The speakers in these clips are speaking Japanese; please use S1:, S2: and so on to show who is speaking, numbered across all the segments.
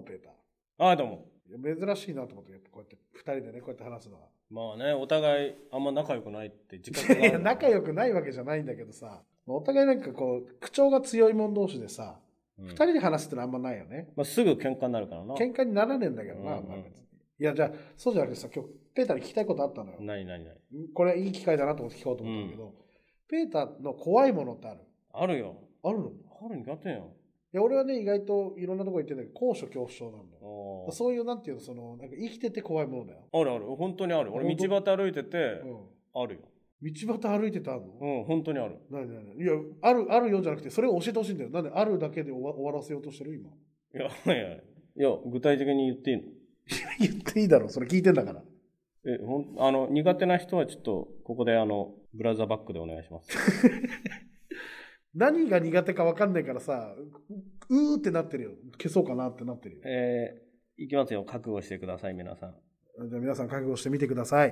S1: ペーター。
S2: ああ、どうも。
S1: いや珍しいなと思って、やっぱこうやって2人でね、こうやって話すのは。
S2: まあね、お互いあんま仲良くないって自覚がある。
S1: いや、仲良くないわけじゃないんだけどさ、お互いなんかこう、口調が強い者同士でさ、2人で話すってのはあんまないよね。
S2: まあ、すぐ喧嘩になるからな。
S1: 喧嘩にならねえんだけどな、
S2: うんうん
S1: 別に。いや、じゃあ、そうじゃなくてさ、今日、ペーターに聞きたいことあったのよ。
S2: 何
S1: これいい機会だなと思って聞こうと思ったんだけど、ペーターの怖いものってある？
S2: あるよ。
S1: あるの？
S2: ある苦手よ。
S1: いや、俺はね、意外といろんなとこ行ってんだけど、高所恐怖症なんだよ。そういう、なんていうの、なんか生きてて怖いものだよ。
S2: あるある、本当にある。俺、道端歩いてて、あるよ。
S1: 道端歩いててあるの？
S2: うん、本当にある。
S1: 何いや、あるよじゃなくて、それを教えてほしいんだよ。なんで、あるだけで終わらせようとしてる今。
S2: いや、具体的に言っていいの？
S1: 言っていいだろ、それ聞いてんだから。
S2: 苦手な人はちょっと、ここでブラウザーバックでお願いします。
S1: 何が苦手か分かんないからさ、うーってなってるよ。消そうかなってなってるよ。
S2: いきますよ。覚悟してください、皆さん。
S1: じゃあ皆さん覚悟してみてください。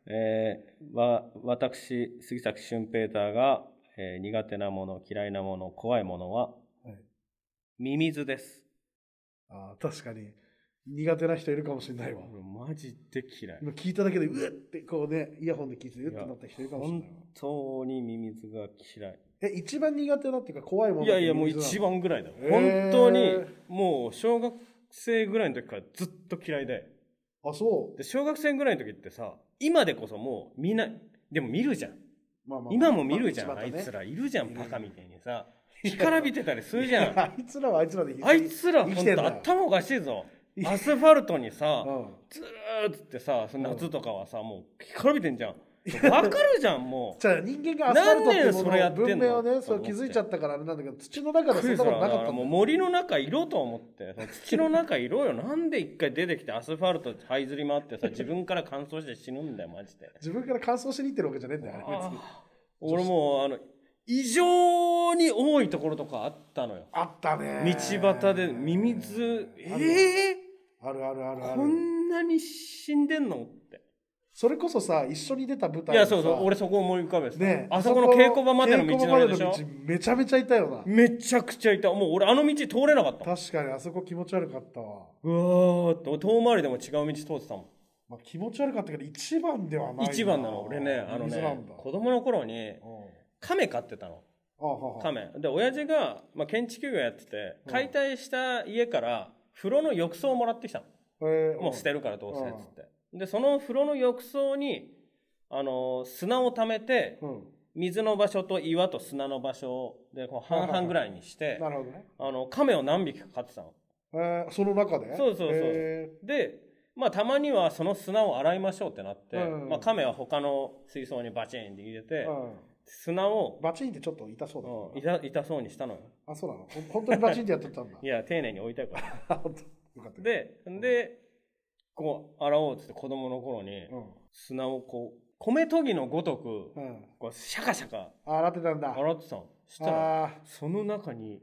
S2: 私、杉崎俊ペーターが、苦手なもの、嫌いなもの、怖いものは、ミミズです。
S1: ああ、確かに。苦手な人いるかもしれないわ。
S2: マジで嫌い。
S1: 今聞いただけで、うえってこうね、イヤホンで聞いて、うってなった人いるかもしれないわ。
S2: 本当にミミズが嫌い。
S1: 一番苦手なっていうか怖いもの？
S2: いやいや、もう一番ぐらいだよ。本当に、もう小学生ぐらいの時からずっと嫌いで。
S1: あ、そう。
S2: で、小学生ぐらいの時ってさ、今でこそもうみんな、でも見るじゃん。
S1: まあ
S2: 今も見るじゃん。あいつらいるじゃん、バカみたいにさ。干からびてたりするじゃん。
S1: あいつらはあいつらで
S2: あいつらほんと頭おかしいぞ。アスファルトにさ、ずーっってさ、夏とかはさ、もう干からびてんじゃん。わかるじゃん、もう。
S1: じゃあ人間がアスファルトっていうもの文明をね、
S2: そう
S1: 気づいちゃったからあれなんだけど、土の中でそんなことなかったんだ。
S2: もう森の中いろと思って、土の中いろよ。なんで一回出てきてアスファルト這いずり回ってさ、自分から乾燥して死ぬんだよ、マジで。
S1: 自分から乾燥しに行ってるわけじゃねえんだよ、別に。
S2: 俺もう、異常に多いところとかあったのよ。
S1: あったね。
S2: 道端でミミズ、
S1: あるあるあるある。
S2: こんなに死んでんのって。
S1: それこそさ、一緒に出た舞台。
S2: いや、そうそう、俺そこ思い浮かべて
S1: ね、
S2: あそこの稽古場までの道のりでしょ。
S1: めちゃめちゃいたよな。
S2: めちゃくちゃいた。もう俺あの道通れなかった。
S1: 確かにあそこ気持ち悪かったわ。
S2: うわーって、遠回りでも違う道通ってたもん。
S1: まあ、気持ち悪かったけど、一番ではないな。
S2: 一番なの。俺ね、子供の頃に、亀飼ってたの。亀。で、親父が、建築業やってて、解体した家から、風呂の浴槽をもらってきたの。もう捨てるからどうせ、つって。で、その風呂の浴槽に、砂を溜めて、水の場所と岩と砂の場所でこう半々ぐらいにして、
S1: なるほどね。
S2: 亀を何匹か飼ってたの。
S1: その中で？
S2: そうそうそう。で、たまにはその砂を洗いましょうってなって、亀は他の水槽にバチンって入れて、砂を
S1: バチンってちょっと痛そう
S2: だ。痛そうにしたのよ。
S1: あ、そうなの？本当にバチンってやってたんだ。
S2: いや、丁寧に置いたいから。で、こう洗おうっつって子供の頃に砂をこう米研ぎのごとくこうシャカシャカ
S1: 洗ってたんだ。
S2: 洗ってたの。したらその中に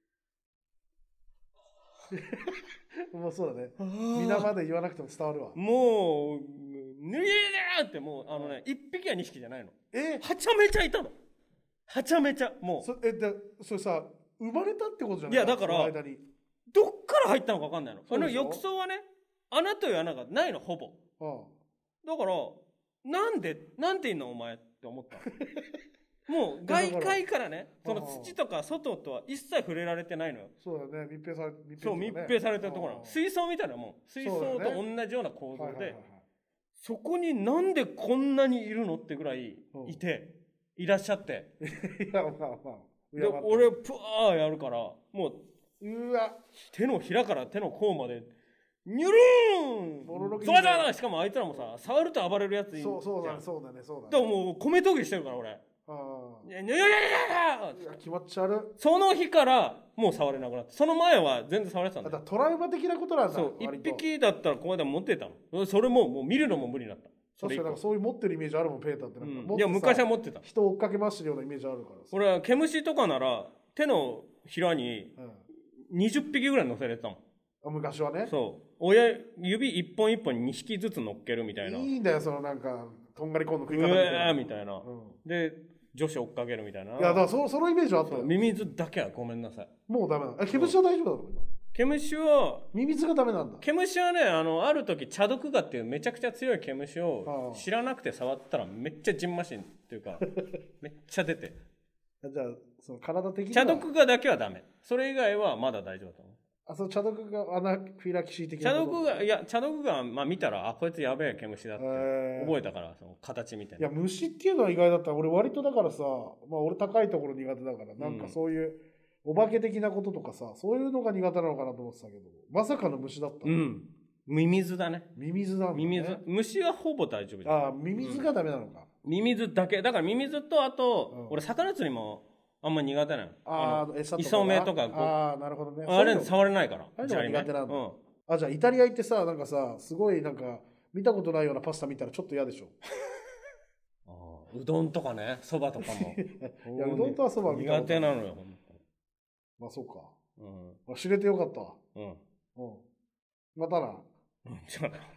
S1: もうそうだね。皆まで言わなくても伝わるわ。
S2: もうぬげーってもう一匹や二匹じゃないの。はちゃめちゃいたの。はちゃめちゃもう。
S1: それさ生まれたってことじゃない？
S2: いやだからどっから入ったのか分かんないの。浴槽はね。穴という穴がないの、ほぼ。だから、なんていいのお前って思ったの。もう、外界からね、その土とか外とは一切触れられてないのよ。
S1: そうだね、密閉されてる。
S2: そう、密閉されてるところなの。水槽みたいなもん。水槽と同じような構造で、そこになんでこんなにいるのってぐらいいらっしゃって。で、俺、プワーやるから、もう、手のひらから手の甲まで、ニュルーンゾワゾワしかもあいつらもさ、触ると暴れるやついい。
S1: そうだね。
S2: でももう米研ぎしてるから俺。
S1: 気持ち悪い。
S2: その日からもう触れなくなって、その前は全然触れてたんだよ。
S1: トラウマ的なことなんだ。
S2: そう、一匹だったらこの間持ってたの。それももう見るのも無理になった。
S1: 確かにそういう持ってるイメージあるもん、ペーターって。
S2: いや、昔は持ってた。
S1: 人を追っかけ回してるようなイメージあるから。
S2: 俺は毛虫とかなら手のひらに20匹ぐらい乗せれてたもん。
S1: 昔はね。
S2: そう。指一本一本に2匹ずつ乗っけるみたいな。
S1: いいんだよ、なんか、とんがりコーンの食い方
S2: みたいな。で、女子追っかけるみたいな。
S1: いや、だからそのイメージはあったよ。
S2: ミミズだけはごめんなさい。
S1: もうダメだ。毛虫は大丈夫だろ、今。
S2: 毛虫は、
S1: ミミズがダメなんだ。
S2: 毛虫はね、ある時、チャドクガっていうめちゃくちゃ強い毛虫を知らなくて触ったらめっちゃジンマシンっていうか、めっちゃ出て。
S1: じゃあ、その体的に
S2: チャドクガだけはダメ。それ以外はまだ大丈夫だと思う。
S1: あ、そう、チャドクガアナフィラキシー的な。
S2: チャドクガは、まあ見たら、あ、こいつやべえ毛虫だって覚えたから、その形みたいな。
S1: いや、虫っていうのは意外だった。俺割とだからさ、まあ俺高いところ苦手だから、なんかそういう、お化け的なこととかさ、そういうのが苦手なのかなと思ってたけど、まさかの虫だった。
S2: ミミズだね。
S1: ミミズなんだ、ね。
S2: ミミズ。虫はほぼ大丈夫じゃん。
S1: ああ、ミミズがダメなのか。
S2: ミミズだけ。だからミミズと、あと、俺魚釣りもあんま苦手なの。
S1: ああ、餌とか。
S2: 磯目とか。
S1: ああ、なるほどね。
S2: あれ触れないから。
S1: あれ苦手なんだ。あ、じゃあイタリア行ってさ、なんかさ、すごいなんか、見たことないようなパスタ見たらちょっと嫌でしょ。
S2: うどんとかね、そばとかも。
S1: いや、うどんとはそば
S2: 苦手なのよ。
S1: まあそうか。知れてよかったわ。またな。
S2: じゃあな。